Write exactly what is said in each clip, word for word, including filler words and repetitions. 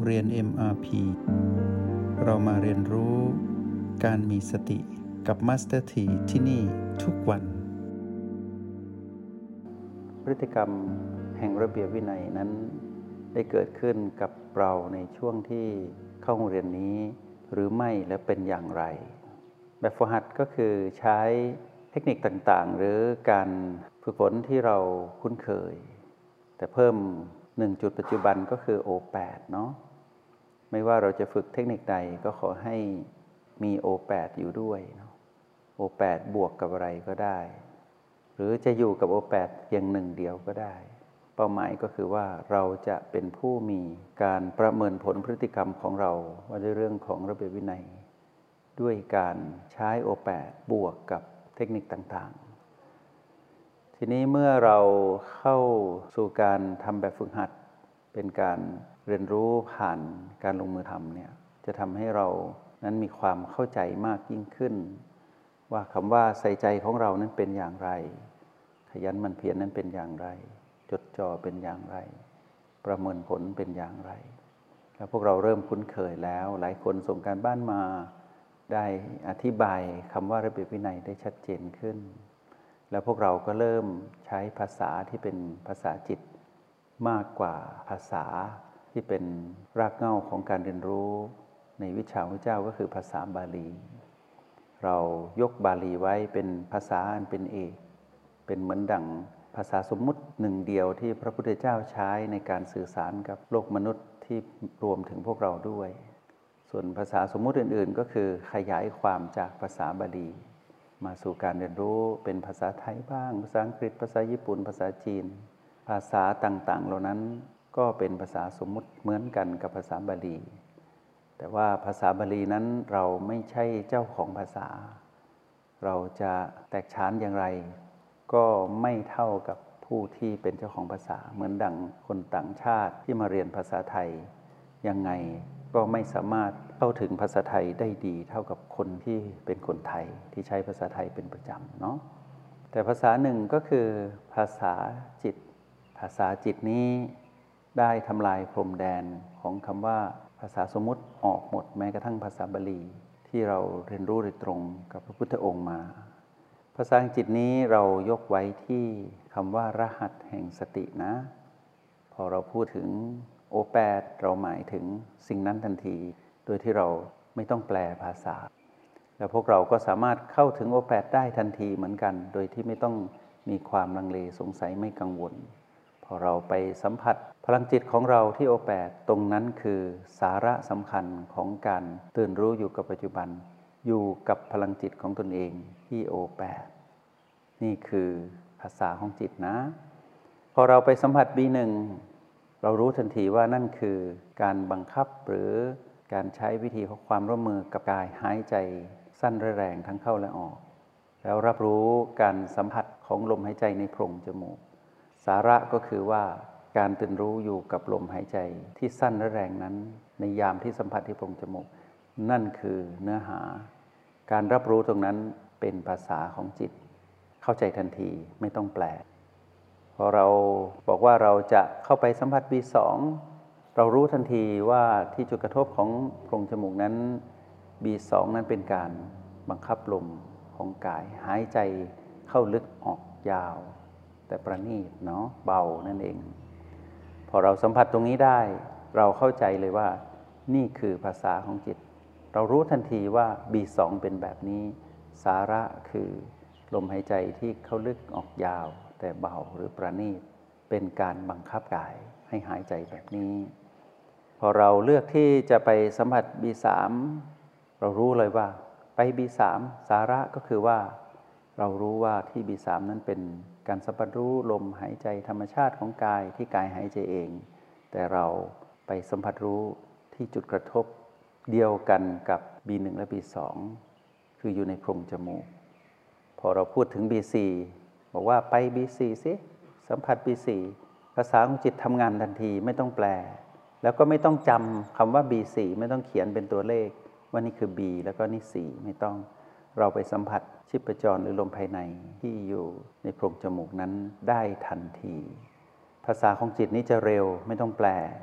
เรียน เอ็ม อาร์ พี เรามาเรียนรู้การมีสติกับ Master T ที่ที่นี่ทุกวันพฤติกรรมแห่งระเบียบวินัยนั้นได้เกิดขึ้นกับเราในช่วงที่เข้าโรงเรียนนี้หรือไม่และเป็นอย่างไรแบบฝึกหัดก็คือใช้เทคนิคต่างๆหรือการฝึกฝนที่เราคุ้นเคยแต่เพิ่มหนึ่งจุดปัจจุบันก็คือ โอ แปด เนาะไม่ว่าเราจะฝึกเทคนิคใดก็ขอให้มี โอ แปด อยู่ด้วยเนาะ โอ แปด บวกกับอะไรก็ได้หรือจะอยู่กับ โอ แปด เพียงหนึ่งเดียวก็ได้เป้าหมายก็คือว่าเราจะเป็นผู้มีการประเมินผลพฤติกรรมของเราว่าในเรื่องของระเบียบวินัยด้วยการใช้ โอ แปด บวกกับเทคนิคต่างๆทีนี้เมื่อเราเข้าสู่การทำแบบฝึกหัดเป็นการเรียนรู้ผ่านการลงมือทำเนี่ยจะทำให้เรานั้นมีความเข้าใจมากยิ่งขึ้นว่าคำว่าใส่ใจของเรานั้นเป็นอย่างไรขยันหมั่นเพียรนั้นเป็นอย่างไรจดจ่อเป็นอย่างไรประเมินผลเป็นอย่างไรแล้วพวกเราเริ่มคุ้นเคยแล้วหลายคนส่งการบ้านมาได้อธิบายคำว่าระเบียบวินัยได้ชัดเจนขึ้นแล้วพวกเราก็เริ่มใช้ภาษาที่เป็นภาษาจิตมากกว่าภาษาที่เป็นรากเหง้าของการเรียนรู้ในวิชาพระเจ้าก็คือภาษาบาลีเรายกบาลีไว้เป็นภาษาอันเป็นเอกเป็นเหมือนดั่งภาษาสมมุติหนึ่งเดียวที่พระพุทธเจ้าใช้ในการสื่อสารกับโลกมนุษย์ที่รวมถึงพวกเราด้วยส่วนภาษาสมมุติอื่นๆก็คือขยายความจากภาษาบาลีมาสู่การเรียนรู้เป็นภาษาไทยบ้างภาษาอังกฤษภาษาญี่ปุ่นภาษาจีนภาษาต่างๆเหล่านั้นก็เป็นภาษาสมมุติเหมือนกันกับภาษาบาลีแต่ว่าภาษาบาลีนั้นเราไม่ใช่เจ้าของภาษาเราจะแตกฉานอย่างไรก็ไม่เท่ากับผู้ที่เป็นเจ้าของภาษาเหมือนดั่งคนต่างชาติที่มาเรียนภาษาไทยยังไงก็ไม่สามารถเข้าถึงภาษาไทยได้ดีเท่ากับคนที่เป็นคนไทยที่ใช้ภาษาไทยเป็นประจำเนาะแต่ภาษาหนึ่งก็คือภาษาจิตภาษาจิตนี้ได้ทำลายพรมแดนของคำว่าภาษาสมมุติออกหมดแม้กระทั่งภาษาบาลีที่เราเรียนรู้โดยตรงกับพระพุทธองค์มาภาษาจิตนี้เรายกไว้ที่คำว่ารหัสแห่งสตินะพอเราพูดถึง โอ แปด เราหมายถึงสิ่งนั้นทันทีโดยที่เราไม่ต้องแปลภาษาแล้วพวกเราก็สามารถเข้าถึง โอ แปด ได้ทันทีเหมือนกันโดยที่ไม่ต้องมีความลังเลสงสัยไม่กังวลพอเราไปสัมผัสพลังจิตของเราที่ โอ แปด ตรงนั้นคือสาระสำคัญของการตื่นรู้อยู่กับปัจจุบันอยู่กับพลังจิตของตนเองที่ โอ แปด นี่คือภาษาของจิตนะพอเราไปสัมผัส บี หนึ่ง เรารู้ทันทีว่านั่นคือการบังคับหรือการใช้วิธีของความร่วมมือกับกายหายใจสั้นแรงทั้งเข้าและออกแล้วรับรู้การสัมผัสของลมหายใจในโพรงจมูกสาระก็คือว่าการตื่นรู้อยู่กับลมหายใจที่สั้นและแรงนั้นในยามที่สัมผัสที่โพรงจมูกนั่นคือเนื้อหาการรับรู้ตรงนั้นเป็นภาษาของจิตเข้าใจทันทีไม่ต้องแปลพอเราบอกว่าเราจะเข้าไปสัมผัส บี สอง เรารู้ทันทีว่าที่จุดกระทบของโพรงจมูกนั้น บี สอง นั้นเป็นการบังคับลมของกายหายใจเข้าลึกออกยาวแต่ประณีตเนาะเบานั่นเองพอเราสัมผัสตรงนี้ได้เราเข้าใจเลยว่านี่คือภาษาของจิตเรารู้ทันทีว่า บี สอง เป็นแบบนี้สาระคือลมหายใจที่เข้าลึกออกยาวแต่เบาหรือประณีตเป็นการบังคับกายให้หายใจแบบนี้พอเราเลือกที่จะไปสัมผัส บี สาม เรารู้เลยว่าไป บี สาม สาระก็คือว่าเรารู้ว่าที่ บี สาม นั้นเป็นการสัมผัสรู้ลมหายใจธรรมชาติของกายที่กายหายใจเองแต่เราไปสัมผัสรู้ที่จุดกระทบเดียวกันกับ บี หนึ่ง และ บี สอง คืออยู่ในโพรงจมูกพอเราพูดถึง บี สี่ บอกว่าไป บี สี่ สิสัมผัส บี สี่ ภาษาของจิตทำงานทันทีไม่ต้องแปลแล้วก็ไม่ต้องจำคำว่า บี สี่ ไม่ต้องเขียนเป็นตัวเลขว่านี่คือ B แล้วก็นี่สี่ไม่ต้องเราไปสัมผัสชีพจรหรือลมภายในที่อยู่ในโพรงจมูกนั้นได้ทันทีภาษาของจิตนี้จะเร็วไม่ต้องแปล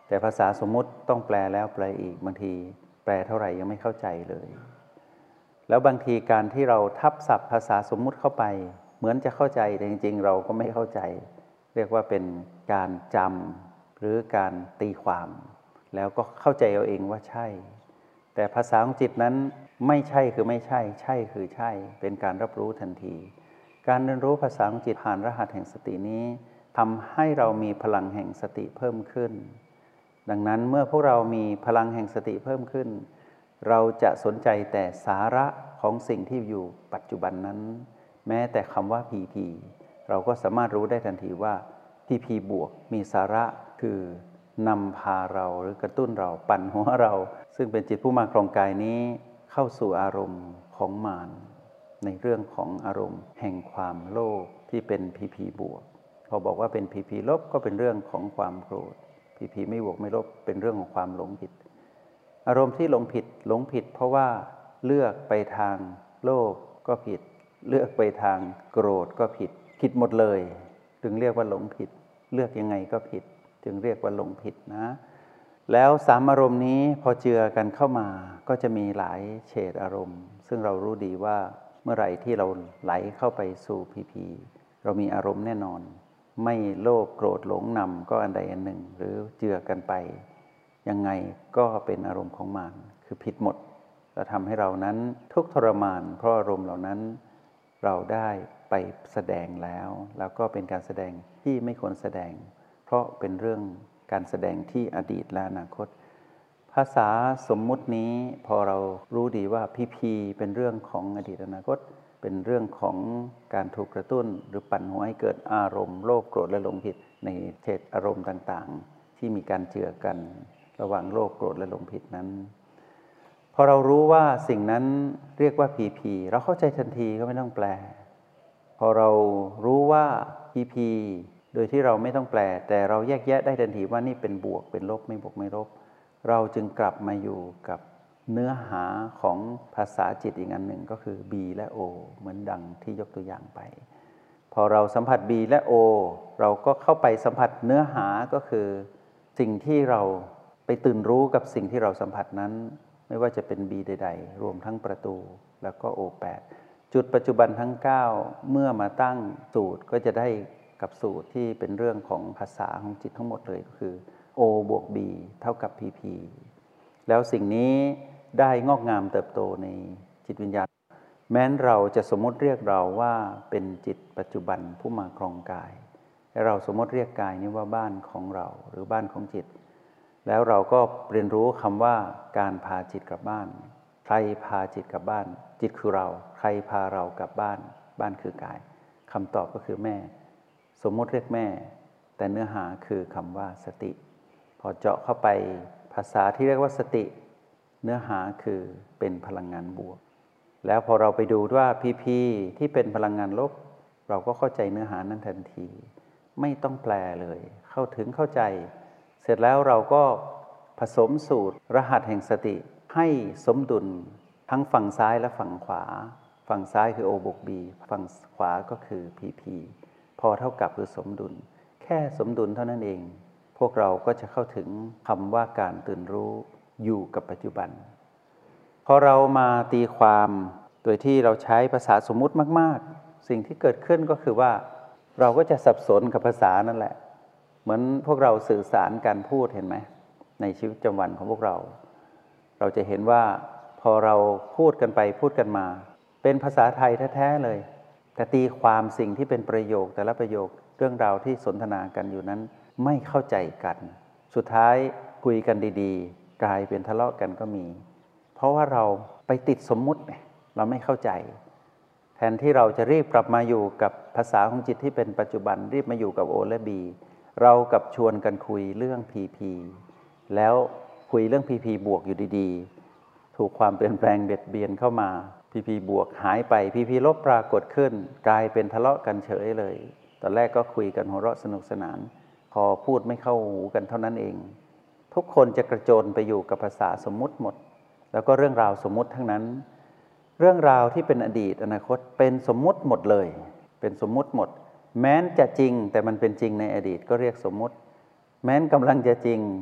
แต่ภาษาสมมุติต้องแปลแล้วแปลอีกบางทีแปลเท่าไหร่ยังไม่เข้าใจเลยแล้วบางทีการที่เราทับศัพท์ภาษาสมมุติเข้าไปเหมือนจะเข้าใจแต่จริงๆเราก็ไม่เข้าใจเรียกว่าเป็นการจำหรือการตีความแล้วก็เข้าใจเอาเองว่าใช่แต่ภาษาของจิตนั้นไม่ใช่คือไม่ใช่ใช่คือใช่เป็นการรับรู้ทันทีการเรียนรู้ภาษาของจิตผ่านรหัสแห่งสตินี้ทำให้เรามีพลังแห่งสติเพิ่มขึ้นดังนั้นเมื่อพวกเรามีพลังแห่งสติเพิ่มขึ้นเราจะสนใจแต่สาระของสิ่งที่อยู่ปัจจุบันนั้นแม้แต่คำว่า พี พี เราก็สามารถรู้ได้ทันทีว่า พี พี บวกมีสาระคือนำพาเราหรือกระตุ้นเราปั่นหัวเราซึ่งเป็นจิตผู้มาครองกายนี้เข้าสู่อารมณ์ของมารในเรื่องของอารมณ์แห่งความโลภที่เป็น พี พี บวกพอบอกว่าเป็น พี พี ลบก็เป็นเรื่องของความโกรธ พี พี ไม่บวกไม่ลบเป็นเรื่องของความหลงผิดอารมณ์ที่หลงผิดหลงผิดเพราะว่าเลือกไปทางโลภก็ผิดเลือกไปทางโกรธก็ผิดผิดหมดเลยจึงเรียกว่าหลงผิดเลือกยังไงก็ผิดจึงเรียกว่าหลงผิดนะแล้วสามอารมณ์นี้พอเจือกันเข้ามาก็จะมีหลายเฉดอารมณ์ซึ่งเรารู้ดีว่าเมื่อไหร่ที่เราไหลเข้าไปสู่ พี พี เรามีอารมณ์แน่นอนไม่โลภโกรธหลงนำก็อันใดอันหนึ่งหรือเจือกันไปยังไงก็เป็นอารมณ์ของมารคือผิดหมดและทำให้เรานั้นทุกข์ทรมานเพราะอารมณ์เหล่านั้นเราได้ไปแสดงแล้วแล้วก็เป็นการแสดงที่ไม่ควรแสดงเพราะเป็นเรื่องการแสดงที่อดีตและอนาคตภาษาสมมุตินี้พอเรารู้ดีว่า พี พี เป็นเรื่องของอดีตอนาคตเป็นเรื่องของการถูกกระตุ้นหรือปั่นหัวให้เกิดอารมณ์โลภโกรธและหลงผิดในเฉดอารมณ์ต่างๆที่มีการเจือกันระหว่างโลภโกรธและหลงผิดนั้นพอเรารู้ว่าสิ่งนั้นเรียกว่า พี พี เราเข้าใจทันทีก็ไม่ต้องแปลพอเรารู้ว่า พี พี โดยที่เราไม่ต้องแปลแต่เราแยกแยะได้ทันทีว่านี่เป็นบวกเป็นลบไม่บวกไม่ลบเราจึงกลับมาอยู่กับเนื้อหาของภาษาจิตอีกอันหนึ่งก็คือ B และ O เหมือนดังที่ยกตัวอย่างไปพอเราสัมผัส B และ O เราก็เข้าไปสัมผัสเนื้อหาก็คือสิ่งที่เราไปตื่นรู้กับสิ่งที่เราสัมผัสนั้นไม่ว่าจะเป็น B ใดๆรวมทั้งประตูแล้วก็ โอ แปด จุดปัจจุบันทั้งเก้าเมื่อมาตั้งสูตรก็จะได้กับสูตรที่เป็นเรื่องของภาษาของจิตทั้งหมดเลยก็คือ O บวก B เท่ากับ พี พี แล้วสิ่งนี้ได้งอกงามเติบโตในจิตวิญญาณแม้นเราจะสมมติเรียกเราว่าเป็นจิตปัจจุบันผู้มาครองกายและเราสมมติเรียกกายนี้ว่าบ้านของเราหรือบ้านของจิตแล้วเราก็เรียนรู้คำว่าการพาจิตกลับบ้านใครพาจิตกลับบ้านจิตคือเราใครพาเรากลับบ้านบ้านคือกายคำตอบก็คือแม่สมมติเรียกแม่แต่เนื้อหาคือคำว่าสติพอเจาะเข้าไปภาษาที่เรียกว่าสติเนื้อหาคือเป็นพลังงานบวกแล้วพอเราไปดูว่า พี พี ที่เป็นพลังงานลบเราก็เข้าใจเนื้อหานั้นทันทีไม่ต้องแปลเลยเข้าถึงเข้าใจเสร็จแล้วเราก็ผสมสูตรรหัสแห่งสติให้สมดุลทั้งฝั่งซ้ายและฝั่งขวาฝั่งซ้ายคือ O บวก B ฝั่งขวาก็คือ พี พี พอเท่ากับหรือสมดุลแค่สมดุลเท่านั้นเองพวกเราก็จะเข้าถึงคำว่าการตื่นรู้อยู่กับปัจจุบันพอเรามาตีความโดยที่เราใช้ภาษาสมมุติมากๆสิ่งที่เกิดขึ้นก็คือว่าเราก็จะสับสนกับภาษานั่นแหละเหมือนพวกเราสื่อสารการพูดเห็นไหมในชีวิตประจำวันของพวกเราเราจะเห็นว่าพอเราพูดกันไปพูดกันมาเป็นภาษาไทยแท้ๆเลยแต่ตีความสิ่งที่เป็นประโยคแต่ละประโยคเรื่องราวที่สนทนากันอยู่นั้นไม่เข้าใจกันสุดท้ายคุยกันดีๆกลายเป็นทะเลาะกันก็มีเพราะว่าเราไปติดสมมุติเราไม่เข้าใจแทนที่เราจะรีบกลับมาอยู่กับภาษาของจิตที่เป็นปัจจุบันรีบมาอยู่กับ O และ B เรากับชวนกันคุยเรื่อง พี พี แล้วคุยเรื่อง พี พี บวกอยู่ดีๆถูกความเปลี่ยนแปลงเบียดเบียนเข้ามา พี พี บวกหายไป พี พี ลบปรากฏขึ้นกลายเป็นทะเลาะกันเฉยเลยตอนแรกก็คุยกันหัวเราะสนุกสนานพอพูดไม่เข้าหูกันเท่านั้นเองทุกคนจะกระโจนไปอยู่กับภาษาสมมุติหมดแล้วก็เรื่องราวสมมุติทั้งนั้นเรื่องราวที่เป็นอดีตอนาคตเป็นสมมุติหมดเลยเป็นสมมุติหมดแม้นจะจริงแต่มันเป็นจริงในอดีตก็เรียกสมมุติแม้นกำลังจะจริง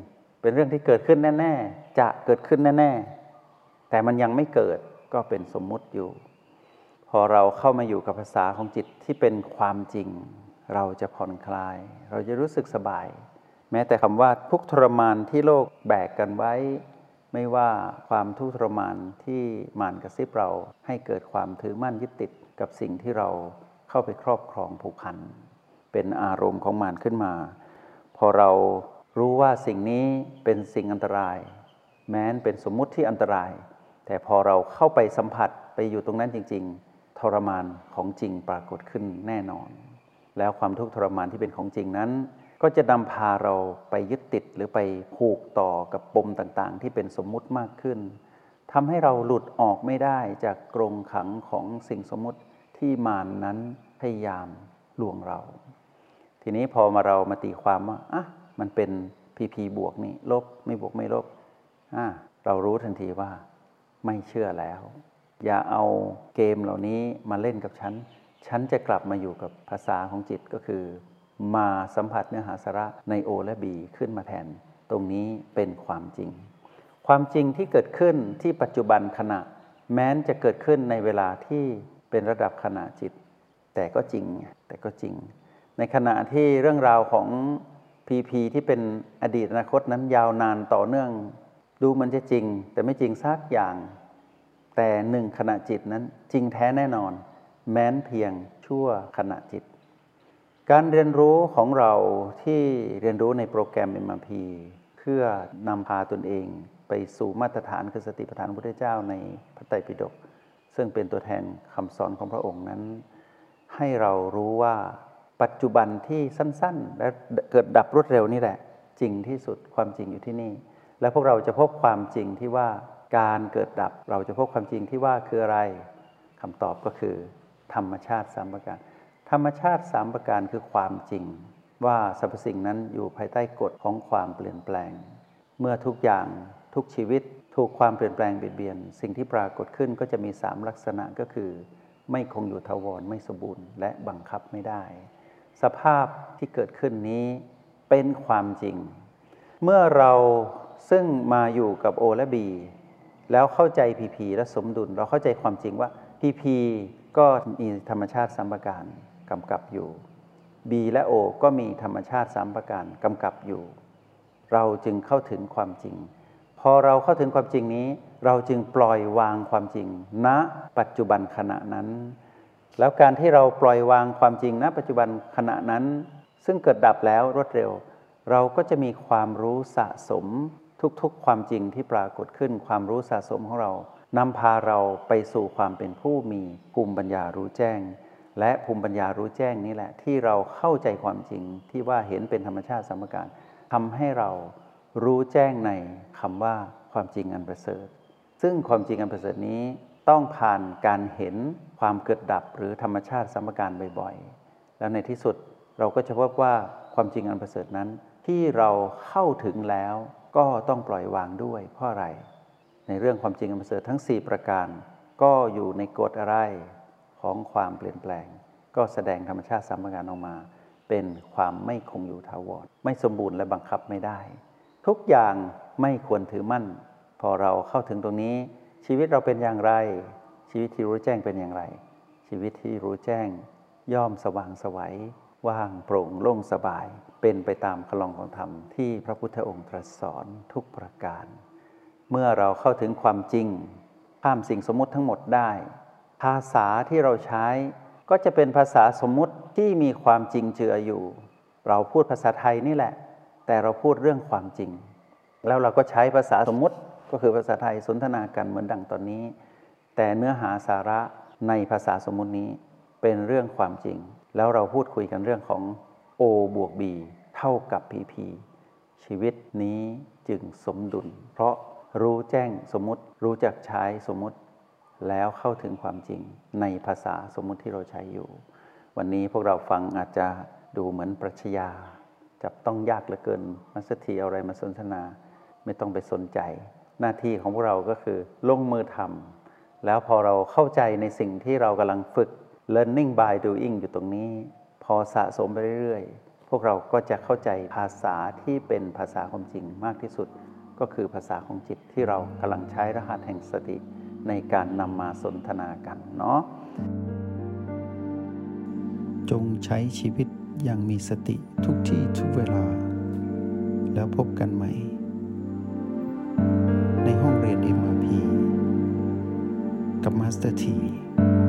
เป็นเรื่องที่เกิดขึ้นแน่ๆจะเกิดขึ้นแน่ๆแต่มันยังไม่เกิดก็เป็นสมมุติอยู่พอเราเข้ามาอยู่กับภาษาของจิตที่เป็นความจริงเราจะผ่อนคลายเราจะรู้สึกสบายแม้แต่คำว่าทุกข์ทรมานที่โลกแบกกันไว้ไม่ว่าความทุกข์ทรมานที่มารกระซิบเราให้เกิดความถือมั่นยึดติดกับสิ่งที่เราเข้าไปครอบครองผูกพันเป็นอารมณ์ของมารขึ้นมาพอเรารู้ว่าสิ่งนี้เป็นสิ่งอันตรายแม้นเป็นสมมุติที่อันตรายแต่พอเราเข้าไปสัมผัสไปอยู่ตรงนั้นจริงๆทรมานของจริงปรากฏขึ้นแน่นอนแล้วความทุกข์ทรมานที่เป็นของจริงนั้นก็จะนำพาเราไปยึดติดหรือไปผูกต่อกับปมต่างๆที่เป็นสมมุติมากขึ้นทำให้เราหลุดออกไม่ได้จากกรงขังของสิ่งสมมุติที่มารนั้นพยายามลวงเราทีนี้พอมาเรามาตีความว่าอ่ะมันเป็น พี พี บวกนี่ลบไม่บวกไม่ลบอ่ะเรารู้ทันทีว่าไม่เชื่อแล้วอย่าเอาเกมเหล่านี้มาเล่นกับฉันฉันจะกลับมาอยู่กับภาษาของจิตก็คือมาสัมผัสเนื้อหาสาระใน O และ B ขึ้นมาแทนตรงนี้เป็นความจริงความจริงที่เกิดขึ้นที่ปัจจุบันขณะแม้นจะเกิดขึ้นในเวลาที่เป็นระดับขณะจิตแต่ก็จริงแต่ก็จริงในขณะที่เรื่องราวของ พี พี ที่เป็นอดีตอนาคตนั้นยาวนานต่อเนื่องดูมันจะจริงแต่ไม่จริงสักอย่างแต่หนึ่งขณะจิตนั้นจริงแท้แน่นอนแม้นเพียงชั่วขณะจิตการเรียนรู้ของเราที่เรียนรู้ในโปรแกรม เอ็ม อาร์ พี เพื่อนำพาตนเองไปสู่มาตรฐานคือสติปัฏฐานพระพุทธเจ้าในพระไตรปิฎกซึ่งเป็นตัวแทนคำสอนของพระองค์นั้นให้เรารู้ว่าปัจจุบันที่สั้นๆและเกิดดับรวดเร็วนี่แหละจริงที่สุดความจริงอยู่ที่นี่และพวกเราจะพบความจริงที่ว่าการเกิดดับเราจะพบความจริงที่ว่าคืออะไรคำตอบก็คือธรรมชาติสามประการธรรมชาติสามประการคือความจริงว่าสรรพสิ่งนั้นอยู่ภายใต้กฎของความเปลี่ยนแปลงเมื่อทุกอย่างทุกชีวิตถูกความเปลี่ยนแปลงเบียดเบียนสิ่งที่ปรากฏขึ้นก็จะมีสามลักษณะก็คือไม่คงอยู่ถาวรไม่สมบูรณ์และบังคับไม่ได้สภาพที่เกิดขึ้นนี้เป็นความจริงเมื่อเราซึ่งมาอยู่กับ O และ B แล้วเข้าใจ พี พี และสมดุลเราเข้าใจความจริงว่า พี พี ก็มีธรรมชาติสามประการกำกับอยู่ B และ O ก็มีธรรมชาติสามประการกำกับอยู่เราจึงเข้าถึงความจริงพอเราเข้าถึงความจริงนี้เราจึงปล่อยวางความจริงณปัจจุบันขณะนั้นแล้วการที่เราปล่อยวางความจริงณปัจจุบันขณะนั้นซึ่งเกิดดับแล้วรวดเร็วเราก็จะมีความรู้สะสมทุกๆความจริงที่ปรากฏขึ้นความรู้สะสมของเรานำพาเราไปสู่ความเป็นผู้มีภูมิปัญญารู้แจ้งและภูมิปัญญารู้แจ้งนี่แหละที่เราเข้าใจความจริงที่ว่าเห็นเป็นธรรมชาติสามประการทำให้เรารู้แจ้งในคำว่าความจริงอันประเสริฐซึ่งความจริงอันประเสริฐนี้ต้องผ่านการเห็นความเกิดดับหรือธรรมชาติสามประการบ่อยๆแล้วในที่สุดเราก็จะพบว่าความจริงอันประเสริฐนั้นที่เราเข้าถึงแล้วก็ต้องปล่อยวางด้วยเพราะอะไรในเรื่องความจริงอันประเสริฐทั้งสี่ประการก็อยู่ในกฎอะไรของความเปลี่ยนแปลงก็แสดงธรรมชาติสามประการออกมาเป็นความไม่คงอยู่ถาวรไม่สมบูรณ์และบังคับไม่ได้ทุกอย่างไม่ควรถือมั่นพอเราเข้าถึงตรงนี้ชีวิตเราเป็นอย่างไรชีวิตที่รู้แจ้งเป็นอย่างไรชีวิตที่รู้แจ้งย่อมสว่างไสวว่างโปร่งโล่งสบายเป็นไปตามคลองของธรรมที่พระพุทธองค์ตรัสสอนทุกประการเมื่อเราเข้าถึงความจริงข้ามสิ่งสมมุติทั้งหมดได้ภาษาที่เราใช้ก็จะเป็นภาษาสมมุติที่มีความจริงเจืออยู่เราพูดภาษาไทยนี่แหละแต่เราพูดเรื่องความจริงแล้วเราก็ใช้ภาษาสมมุติก็คือภาษาไทยสนทนากันเหมือนดังตอนนี้แต่เนื้อหาสาระในภาษาสมมุตินี้เป็นเรื่องความจริงแล้วเราพูดคุยกันเรื่องของ O บวก B เท่ากับ พี พี ชีวิตนี้จึงสมดุลเพราะรู้แจ้งสมมุติรู้จักใช้สมมุติแล้วเข้าถึงความจริงในภาษาสมมุติที่เราใช้อยู่วันนี้พวกเราฟังอาจจะดูเหมือนปรัชญาจับต้องยากเหลือเกินมัสถีเอาอะไรมาสนทนาไม่ต้องไปสนใจหน้าที่ของพวกเราก็คือลงมือทำแล้วพอเราเข้าใจในสิ่งที่เรากำลังฝึก learning by doing อยู่ตรงนี้พอสะสมไปเรื่อยๆพวกเราก็จะเข้าใจภาษาที่เป็นภาษาความจริงมากที่สุดก็คือภาษาของจิตที่เรากำลังใช้รหัสแห่งสติในการนำมาสนทนากันเนาะจงใช้ชีวิตอย่างมีสติทุกที่ทุกเวลาแล้วพบกันใหม่ในห้องเรียน เอ็ม อาร์ พี กับมาสเตอร์ที